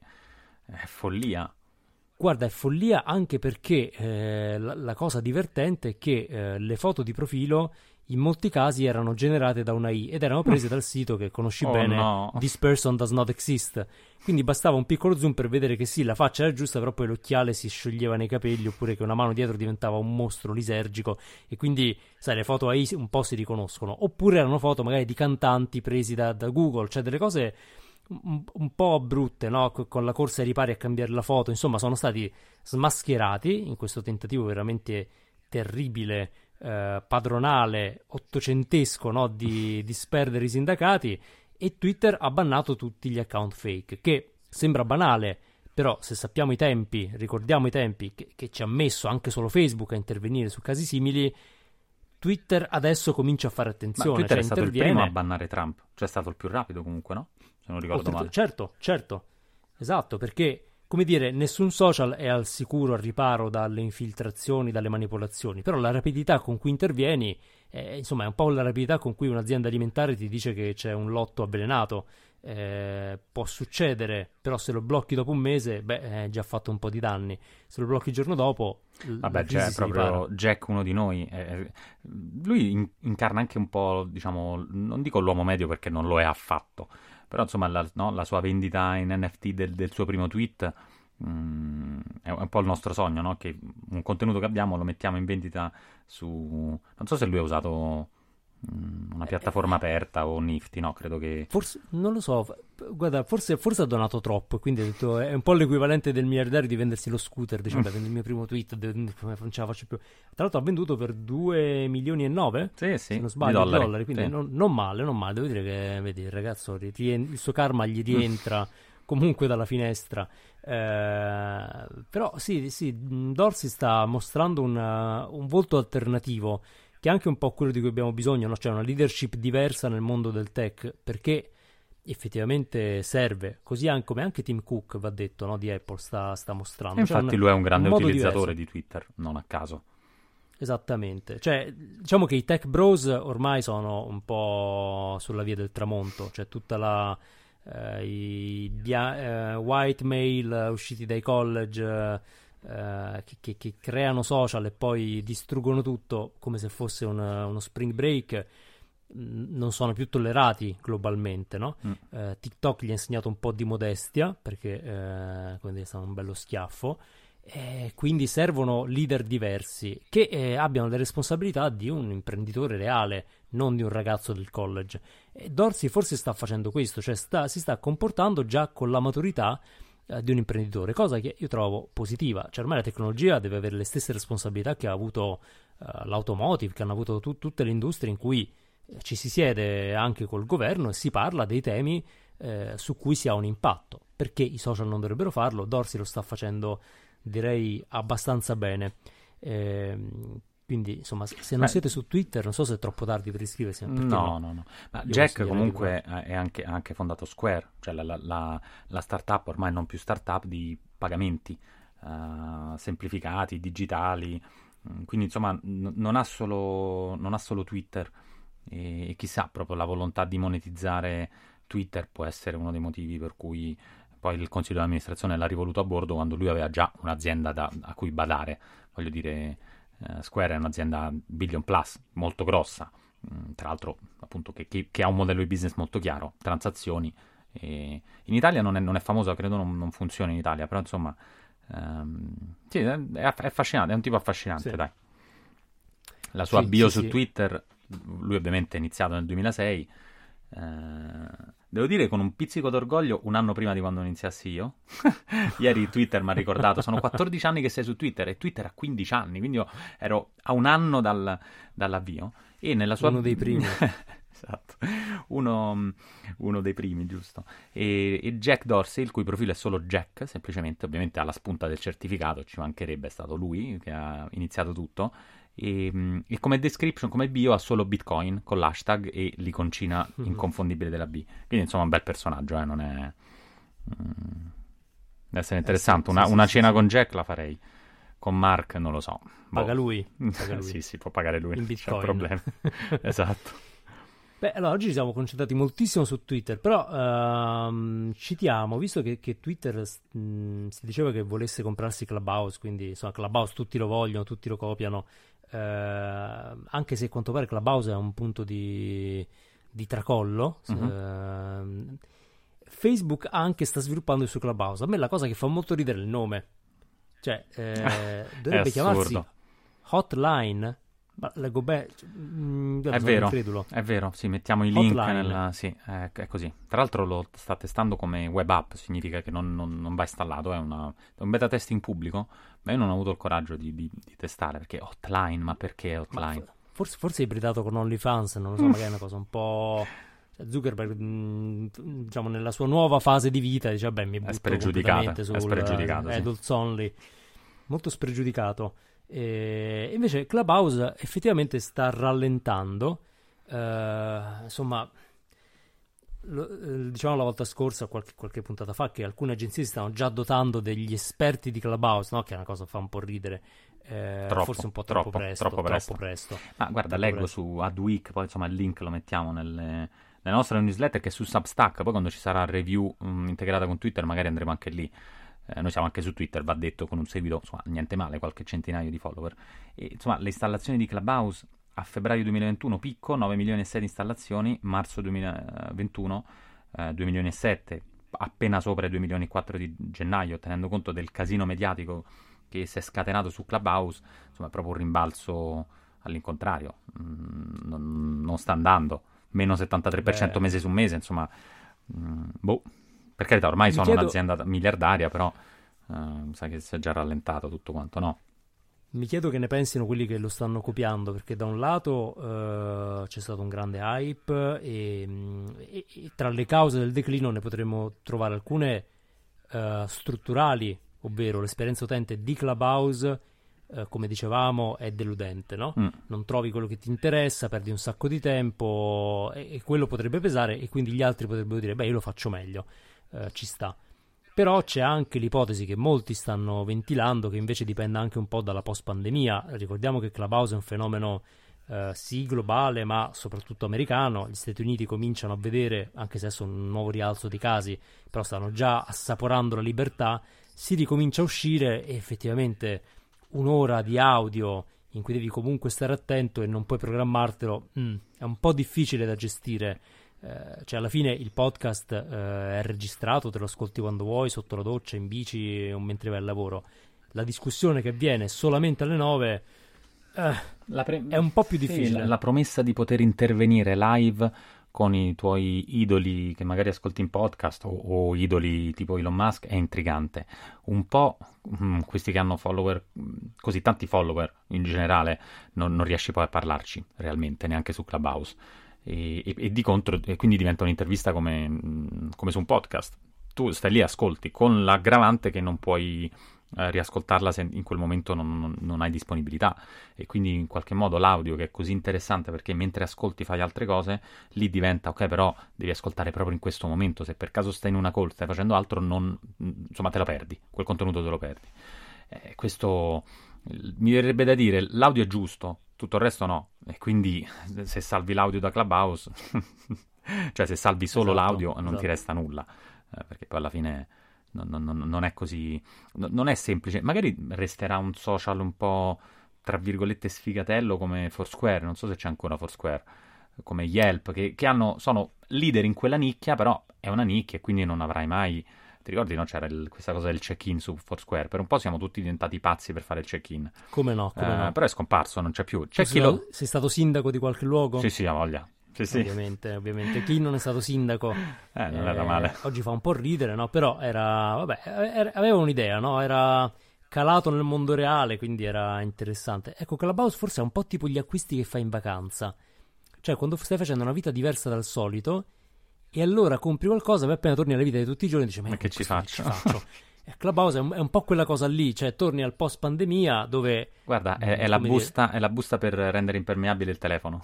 è follia. Guarda, è follia anche perché eh, la, la cosa divertente è che eh, le foto di profilo in molti casi erano generate da una I ed erano prese dal sito che conosci Oh bene, no. This person does not exist. Quindi bastava un piccolo zoom per vedere che sì, la faccia era giusta, però poi l'occhiale si scioglieva nei capelli, oppure che una mano dietro diventava un mostro lisergico, e quindi, sai, le foto A I un po' si riconoscono. Oppure erano foto magari di cantanti presi da, da Google, cioè delle cose un, un po' brutte, no? Co- Con la corsa ai ripari a cambiare la foto. Insomma, sono stati smascherati in questo tentativo veramente terribile, eh, padronale, ottocentesco, no? Di disperdere i sindacati. E Twitter ha bannato tutti gli account fake, che sembra banale, però se sappiamo i tempi, ricordiamo i tempi che, che ci ha messo anche solo Facebook a intervenire su casi simili, Twitter adesso comincia a fare Ma attenzione, Twitter cioè è stato il interviene. primo a bannare Trump, cioè è stato il più rapido comunque, no? Se non ricordo Oltre- male. Certo, certo, esatto, perché, come dire, nessun social è al sicuro, al riparo dalle infiltrazioni, dalle manipolazioni, però la rapidità con cui intervieni, eh, insomma, è un po' la rapidità con cui un'azienda alimentare ti dice che c'è un lotto avvelenato. Eh, può succedere, però se lo blocchi dopo un mese, beh, hai già fatto un po' di danni. Se lo blocchi il giorno dopo, l- la Vabbè, crisi cioè, si proprio ripara. Jack, uno di noi. eh, lui in- incarna anche un po', diciamo, non dico l'uomo medio perché non lo è affatto, però insomma la, no, la sua vendita in N F T del, del suo primo tweet mm, è un po' il nostro sogno, no? Che un contenuto che abbiamo lo mettiamo in vendita su... Non so se lui ha usato mm, una piattaforma aperta o Nifty, no? Credo che... Forse, non lo so, guarda, forse, forse ha donato troppo, quindi ha detto, è un po' l'equivalente del miliardario di vendersi lo scooter, dice, vabbè, vendo il mio primo tweet, de- come non ce la faccio più. Tra l'altro ha venduto per due milioni e nove, sì, sì, se non sbaglio, di dollari, dollari, quindi sì. non, non male, non male, devo dire che, vedi, il ragazzo, rien- il suo karma gli rientra comunque dalla finestra. Eh, però sì, sì, Dorsey sta mostrando una- un volto alternativo, che è anche un po' quello di cui abbiamo bisogno, no? Cioè una leadership diversa nel mondo del tech, perché effettivamente serve, così anche, come anche Tim Cook, va detto, no? Di Apple sta, sta mostrando. E Cioè infatti un- lui è un grande un modo utilizzatore diverso. di Twitter, non a caso. Esattamente, cioè diciamo che i tech bros ormai sono un po' sulla via del tramonto, cioè tutta la eh, i bia- eh, white male usciti dai college eh, che, che- che creano social e poi distruggono tutto come se fosse un- uno spring break, mh, non sono più tollerati globalmente, no? Mm. Eh, TikTok gli ha insegnato un po' di modestia perché eh, quindi è stato un bello schiaffo. E quindi servono leader diversi che eh, abbiano le responsabilità di un imprenditore reale, non di un ragazzo del college. E Dorsey forse sta facendo questo, cioè sta- si sta comportando già con la maturità eh, di un imprenditore, cosa che io trovo positiva. Cioè ormai la tecnologia deve avere le stesse responsabilità che ha avuto eh, l'automotive, che hanno avuto tu- tutte le industrie in cui eh, ci si siede anche col governo e si parla dei temi eh, su cui si ha un impatto. Perché i social non dovrebbero farlo? Dorsey lo sta facendo, direi, abbastanza bene. Ehm, quindi insomma, se se non Beh, siete su Twitter, non so se è troppo tardi per iscriversi, ma perché no, no? no, no. Ma Io Jack consiglierei di comunque provare. eh, è anche, ha anche fondato Square, cioè la, la, la, la startup ormai non più startup di pagamenti eh, semplificati, digitali. Mm, Quindi insomma n- non ha solo, non ha solo Twitter e, e chissà, proprio la volontà di monetizzare Twitter può essere uno dei motivi per cui poi il consiglio di amministrazione l'ha rivoluto a bordo quando lui aveva già un'azienda da- a cui badare. Voglio dire, eh, Square è un'azienda billion plus, molto grossa, mm, tra l'altro appunto che, che- che ha un modello di business molto chiaro, transazioni. E in Italia non è, non è famosa, credo non, non funziona in Italia, però insomma, ehm, sì, è, è affascinante, è un tipo affascinante, Sì, dai. La sua sì, bio sì, su sì. Twitter, lui ovviamente è iniziato nel duemilasei, eh, devo dire con un pizzico d'orgoglio un anno prima di quando iniziassi io. Ieri Twitter mi ha ricordato, sono quattordici anni che sei su Twitter e Twitter ha quindici anni, quindi io ero a un anno dal, dall'avvio e nella sua... Uno dei primi. Esatto, uno, uno dei primi, giusto. E, e Jack Dorsey, il cui profilo è solo Jack, semplicemente, ovviamente alla spunta del certificato, ci mancherebbe, è stato lui che ha iniziato tutto. E, mh, e come description, come bio, ha solo Bitcoin con l'hashtag e l'iconcina inconfondibile della B. Quindi insomma un bel personaggio, eh, non è... mm, deve essere Eh sì, interessante. sì, Una, sì, una sì, cena sì. con Jack la farei. Con Mark non lo so. Paga Boh. lui, paga lui. Sì, sì, può pagare lui, In non c'è Bitcoin. problema. Esatto. Beh, allora oggi ci siamo concentrati moltissimo su Twitter, però ehm, citiamo, visto che, che Twitter mh, si diceva che volesse comprarsi Clubhouse, quindi insomma Clubhouse tutti lo vogliono, tutti lo copiano, eh, anche se a quanto pare Clubhouse è un punto di, di tracollo. Mhm. ehm, Facebook anche sta sviluppando il suo Clubhouse. A me la cosa che fa molto ridere è il nome, cioè eh, dovrebbe chiamarsi assurdo. Hotline. Ma leggo bene, cioè, mm, guarda, È sono vero, incredulo. è vero, sì, mettiamo i link Hotline. nella... Sì, è, è così. Tra l'altro lo sta testando come web app, significa che non, non- non va installato, è, una- è un beta testing pubblico, ma io non ho avuto il coraggio di, di- di testare, perché Hotline, ma perché Ma Hotline? fo- forse, forse è ibridato con OnlyFans, non lo so, magari è una cosa un po'... cioè, Zuckerberg, mh, diciamo, nella sua nuova fase di vita, dice, vabbè, mi È butto spregiudicata, completamente è sul spregiudicato, eh, sì. adults only. Molto spregiudicato. E invece Clubhouse effettivamente sta rallentando. Eh, insomma, lo- eh, dicevamo la volta scorsa, qualche, qualche puntata fa, che alcune agenzie si stanno già dotando degli esperti di Clubhouse, no? Che è una cosa che fa un po' ridere. Eh, Troppo, forse un po' troppo, troppo, presto, troppo presto. presto. Ma guarda, Troppo leggo presto. su Adweek, poi insomma il link lo mettiamo nelle, nelle nostre newsletter che è su Substack, poi quando ci sarà review mh, integrata con Twitter magari andremo anche lì. Eh, noi siamo anche su Twitter, va detto, con un seguito, insomma, niente male, qualche centinaio di follower. E, insomma, le installazioni di Clubhouse a febbraio duemilaventuno, picco, nove milioni e sei di installazioni, marzo duemilaventuno, eh, due milioni e sette, appena sopra i due milioni e quattro di gennaio, tenendo conto del casino mediatico che si è scatenato su Clubhouse, insomma è proprio un rimbalzo all'incontrario, mm, non, non sta andando, meno settantatré per cento Beh. mese su mese, insomma, mm, boh, per carità ormai Mi sono chiedo... un'azienda miliardaria, però uh, sai che si è già rallentato tutto quanto, no? Mi chiedo che ne pensino quelli che lo stanno copiando, perché da un lato uh, c'è stato un grande hype e, e, e tra le cause del declino ne potremmo trovare alcune uh, strutturali, ovvero l'esperienza utente di Clubhouse, uh, come dicevamo, è deludente, no? Mm. Non trovi quello che ti interessa, perdi un sacco di tempo e, e quello potrebbe pesare, e quindi gli altri potrebbero dire, beh, io lo faccio meglio, uh, ci sta. Però c'è anche l'ipotesi che molti stanno ventilando, che invece dipenda anche un po' dalla post-pandemia. Ricordiamo che Clubhouse è un fenomeno eh, sì globale, ma soprattutto americano. Gli Stati Uniti cominciano a vedere, anche se adesso è un nuovo rialzo di casi, però stanno già assaporando la libertà. Si ricomincia a uscire e effettivamente un'ora di audio in cui devi comunque stare attento e non puoi programmartelo, mm, è un po' difficile da gestire. Uh, cioè alla fine il podcast uh, è registrato, te lo ascolti quando vuoi, sotto la doccia, in bici o mentre vai al lavoro. La discussione che avviene solamente alle nove uh, la pre- è un po' più difficile. Sì, la promessa di poter intervenire live con i tuoi idoli che magari ascolti in podcast o, o idoli tipo Elon Musk è intrigante. Un po' mh, questi che hanno follower, così tanti follower in generale, non, non riesci poi a parlarci realmente, neanche su Clubhouse. E, e, e di contro, e quindi diventa un'intervista come, come su un podcast. Tu stai lì, ascolti, con l'aggravante che non puoi eh, riascoltarla se in quel momento non, non, non hai disponibilità, e quindi in qualche modo l'audio, che è così interessante perché mentre ascolti fai altre cose, lì diventa ok, però devi ascoltare proprio in questo momento. Se per caso stai in una call, stai facendo altro, non, insomma te lo perdi, quel contenuto te lo perdi. Eh, questo mi verrebbe da dire, l'audio è giusto, tutto il resto no, e quindi se salvi l'audio da Clubhouse cioè se salvi solo esatto, l'audio non esatto. ti resta nulla, eh, perché poi alla fine non, non, non è così, non è semplice. Magari resterà un social un po' tra virgolette sfigatello come Foursquare, non so se c'è ancora Foursquare, come Yelp, che, che hanno, sono leader in quella nicchia, però è una nicchia e quindi non avrai mai... Ti ricordi, no? C'era il, questa cosa del check-in su Foursquare. Per un po' siamo tutti diventati pazzi per fare il check-in. Come no, come eh, no. Però è scomparso, non c'è più. C'è sei, lo... sei stato sindaco di qualche luogo? Sì, sì, ha voglia. Sì, sì. Ovviamente, ovviamente. Chi non è stato sindaco... eh, non eh, era male. Oggi fa un po' ridere, no? Però era... Vabbè, era, aveva un'idea, no? Era calato nel mondo reale, quindi era interessante. Ecco, Clubhouse forse è un po' tipo gli acquisti che fai in vacanza. Cioè, quando stai facendo una vita diversa dal solito... E allora compri qualcosa, poi appena torni alla vita di tutti i giorni dici, ma, ma che ci faccio? Che ci faccio? Clubhouse è un, è un po' quella cosa lì, cioè torni al post pandemia dove... Guarda, è, è, la busta, è la busta per rendere impermeabile il telefono,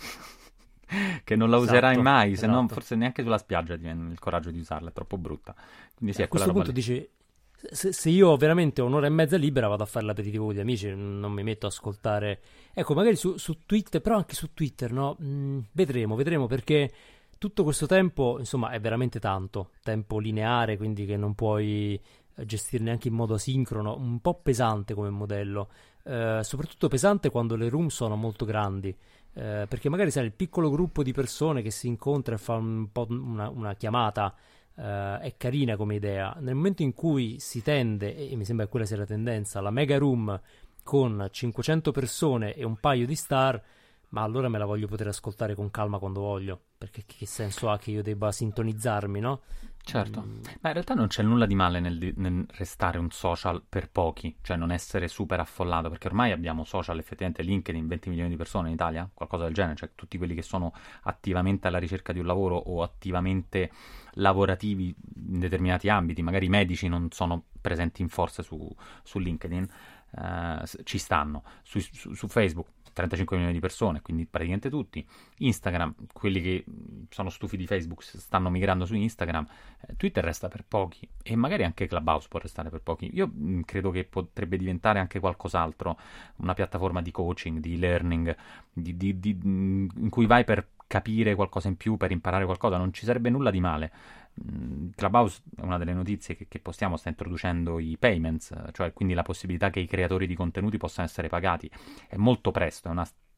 che non la esatto, userai mai, se esatto. no forse neanche sulla spiaggia ti viene il coraggio di usarla, è troppo brutta. Quindi sì, a questo punto dici, se, se io ho veramente un'ora e mezza libera vado a fare l'aperitivo con gli amici, non mi metto a ascoltare... Ecco, magari su, su Twitter, però anche su Twitter, no? Mm, vedremo, vedremo perché... Tutto questo tempo, insomma, è veramente tanto, tempo lineare, quindi che non puoi gestire neanche in modo asincrono, un po' pesante come modello, eh, soprattutto pesante quando le room sono molto grandi, eh, perché magari sai il piccolo gruppo di persone che si incontra e fa un po' una, una chiamata, eh, è carina come idea. Nel momento in cui si tende, e mi sembra che quella sia la tendenza, la mega room con cinquecento persone e un paio di star, ma allora me la voglio poter ascoltare con calma quando voglio, perché che senso ha che io debba sintonizzarmi, no? Certo, mm. ma in realtà non c'è nulla di male nel, nel restare un social per pochi, cioè non essere super affollato, perché ormai abbiamo social, effettivamente LinkedIn, venti milioni di persone in Italia, qualcosa del genere, cioè tutti quelli che sono attivamente alla ricerca di un lavoro o attivamente lavorativi in determinati ambiti, magari i medici non sono presenti in forza su, su LinkedIn, eh, ci stanno, su, su, su Facebook trentacinque milioni di persone, quindi praticamente tutti. Instagram, quelli che sono stufi di Facebook stanno migrando su Instagram. eh, Twitter resta per pochi e magari anche Clubhouse può restare per pochi. Io mh, credo che potrebbe diventare anche qualcos'altro, una piattaforma di coaching, di learning, di, di, di, mh, in cui vai per capire qualcosa in più, per imparare qualcosa. Non ci sarebbe nulla di male. Clubhouse è una delle notizie che, che postiamo, sta introducendo i payments, cioè quindi la possibilità che i creatori di contenuti possano essere pagati. È molto presto, è una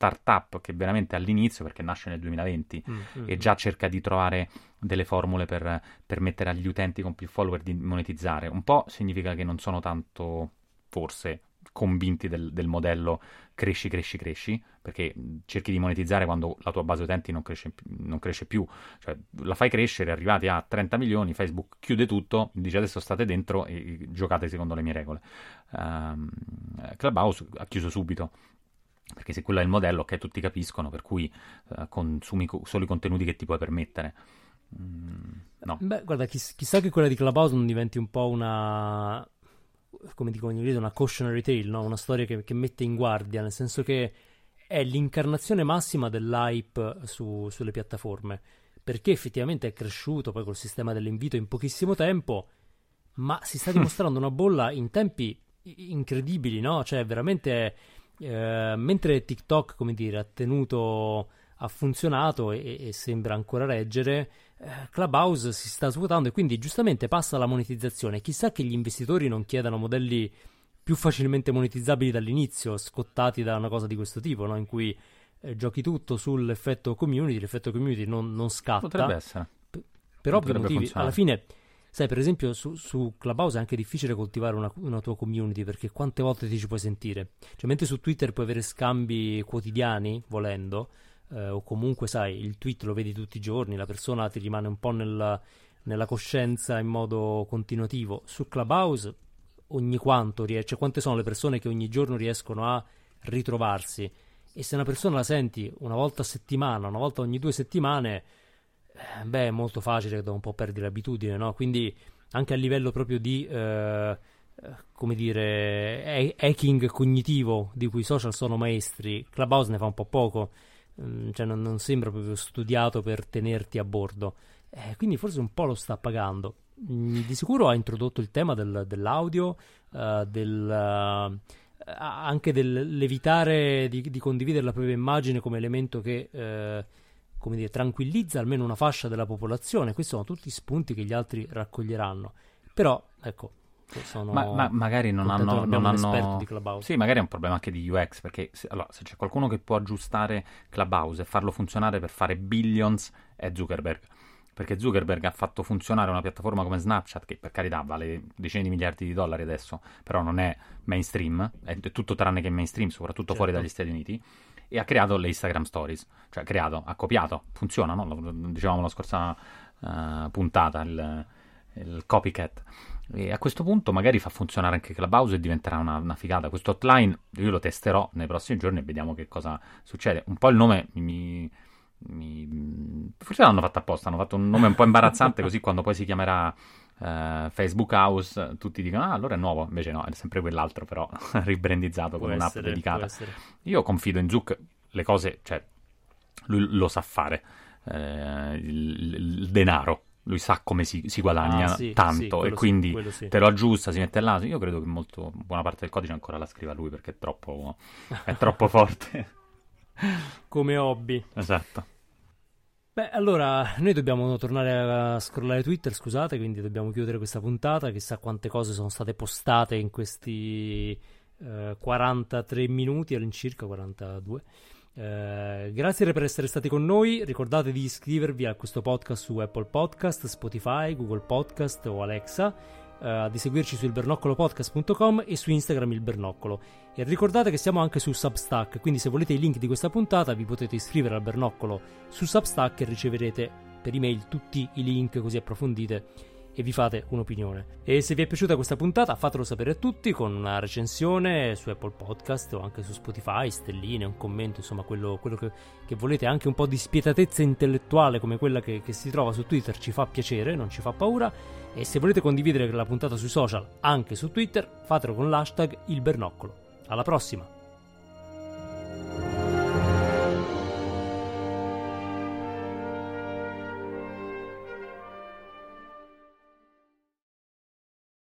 startup che veramente all'inizio, perché nasce nel duemilaventi mm-hmm. e già cerca di trovare delle formule per permettere agli utenti con più follower di monetizzare. Un po' significa che non sono tanto, forse, convinti del, del modello cresci, cresci, cresci, perché cerchi di monetizzare quando la tua base utenti non cresce, non cresce più, cioè la fai crescere, arrivati a trenta milioni, Facebook chiude tutto, dice adesso state dentro e giocate secondo le mie regole. Um, Clubhouse ha chiuso subito, perché se quello è il modello che tutti capiscono, per cui uh, consumi co- solo i contenuti che ti puoi permettere. Mm, no. Beh, guarda, chiss- chissà che quella di Clubhouse non diventi un po' una, come dicono in inglese, una cautionary tale, no? Una storia che, che mette in guardia, nel senso che è l'incarnazione massima dell'hype su, sulle piattaforme, perché effettivamente è cresciuto poi col sistema dell'invito in pochissimo tempo, ma si sta dimostrando una bolla in tempi incredibili, no? Cioè veramente eh, mentre TikTok, come dire, ha tenuto, ha funzionato e, e sembra ancora reggere, eh, Clubhouse si sta svuotando e quindi giustamente passa alla monetizzazione. Chissà che gli investitori non chiedano modelli più facilmente monetizzabili dall'inizio, scottati da una cosa di questo tipo, no? In cui eh, giochi tutto sull'effetto community, l'effetto community non, non scatta. Potrebbe essere. P- per ovvi motivi. Alla fine, sai, per esempio su, su Clubhouse è anche difficile coltivare una, una tua community, perché quante volte ti ci puoi sentire? Cioè, mentre su Twitter puoi avere scambi quotidiani, volendo, eh, o comunque, sai, il tweet lo vedi tutti i giorni, la persona ti rimane un po' nella, nella coscienza in modo continuativo. Su Clubhouse ogni quanto riesce, cioè quante sono le persone che ogni giorno riescono a ritrovarsi, e se una persona la senti una volta a settimana, una volta ogni due settimane, eh, beh, è molto facile che da un po' perdi l'abitudine, no? Quindi anche a livello proprio di eh, come dire hacking cognitivo di cui i social sono maestri, Clubhouse ne fa un po' poco, mm, cioè non, non sembra proprio studiato per tenerti a bordo, eh, quindi forse un po' lo sta pagando. Di sicuro ha introdotto il tema del, dell'audio, uh, del, uh, anche dell'evitare di, di condividere la propria immagine come elemento che uh, come dire, tranquillizza almeno una fascia della popolazione. Questi sono tutti spunti che gli altri raccoglieranno. Però, ecco, sono ma, ma magari non hanno, non non un hanno... esperto di Clubhouse. Sì, magari è un problema anche di U X, perché se, allora, se c'è qualcuno che può aggiustare Clubhouse e farlo funzionare per fare billions è Zuckerberg. Perché Zuckerberg ha fatto funzionare una piattaforma come Snapchat, che per carità vale decine di miliardi di dollari adesso, però non è mainstream, è tutto tranne che mainstream, soprattutto certo. fuori dagli Stati Uniti, e ha creato le Instagram Stories, cioè ha creato, ha copiato, funziona, no? Lo dicevamo la scorsa uh, puntata, il, il copycat. E a questo punto magari fa funzionare anche Clubhouse e diventerà una, una figata. Questo hotline io lo testerò nei prossimi giorni e vediamo che cosa succede. Un po' il nome mi... Mi... forse l'hanno fatto apposta, hanno fatto un nome un po' imbarazzante così quando poi si chiamerà uh, Facebook House tutti dicono ah allora è nuovo, invece no, è sempre quell'altro però ribrandizzato con un'app essere, dedicata. Io confido in Zuc, le cose, cioè lui lo sa fare, eh, il, il denaro lui sa come si, si guadagna ah, sì, tanto sì, e quindi sì, sì. te lo aggiusta, si mette là. Io credo che molto buona parte del codice ancora la scriva lui perché è troppo è troppo forte come hobby. Esatto. Beh, allora, noi dobbiamo tornare a scrollare Twitter, scusate, quindi dobbiamo chiudere questa puntata. Chissà quante cose sono state postate in questi eh, quarantatré minuti all'incirca, quarantadue. Eh, grazie per essere stati con noi. Ricordate di iscrivervi a questo podcast su Apple Podcast, Spotify, Google Podcast o Alexa, Uh, di seguirci su il bernoccolo podcast punto com e su Instagram il bernoccolo, e ricordate che siamo anche su Substack, quindi se volete i link di questa puntata vi potete iscrivere al bernoccolo su Substack e riceverete per email tutti i link così approfondite e vi fate un'opinione. E se vi è piaciuta questa puntata fatelo sapere a tutti con una recensione su Apple Podcast o anche su Spotify, stelline, un commento, insomma quello, quello che, che volete. Anche un po' di spietatezza intellettuale come quella che, che si trova su Twitter ci fa piacere, non ci fa paura. E se volete condividere la puntata sui social, anche su Twitter, fatelo con l'hashtag il bernoccolo. Alla prossima!